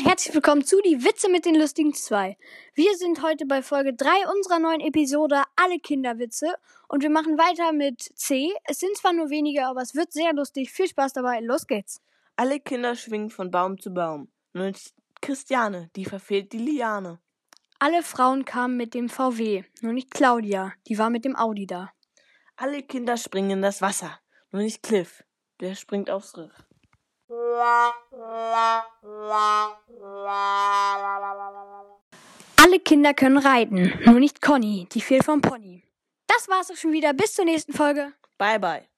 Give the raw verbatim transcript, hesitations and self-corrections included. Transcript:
und herzlich willkommen zu Die Witze mit den Lustigen zwei. Wir sind heute bei Folge drei unserer neuen Episode Alle Kinderwitze und wir machen weiter mit C. Es sind zwar nur wenige, aber es wird sehr lustig. Viel Spaß dabei, los geht's. Alle Kinder schwingen von Baum zu Baum. Nur nicht Christiane, die verfehlt die Liane. Alle Frauen kamen mit dem V W, nur nicht Claudia, die war mit dem Audi da. Alle Kinder springen in das Wasser. Nur nicht Cliff, der springt aufs Riff. Alle Kinder können reiten, nur nicht Conny, die fehlt vom Pony. Das war's auch schon wieder. Bis zur nächsten Folge. Bye, bye.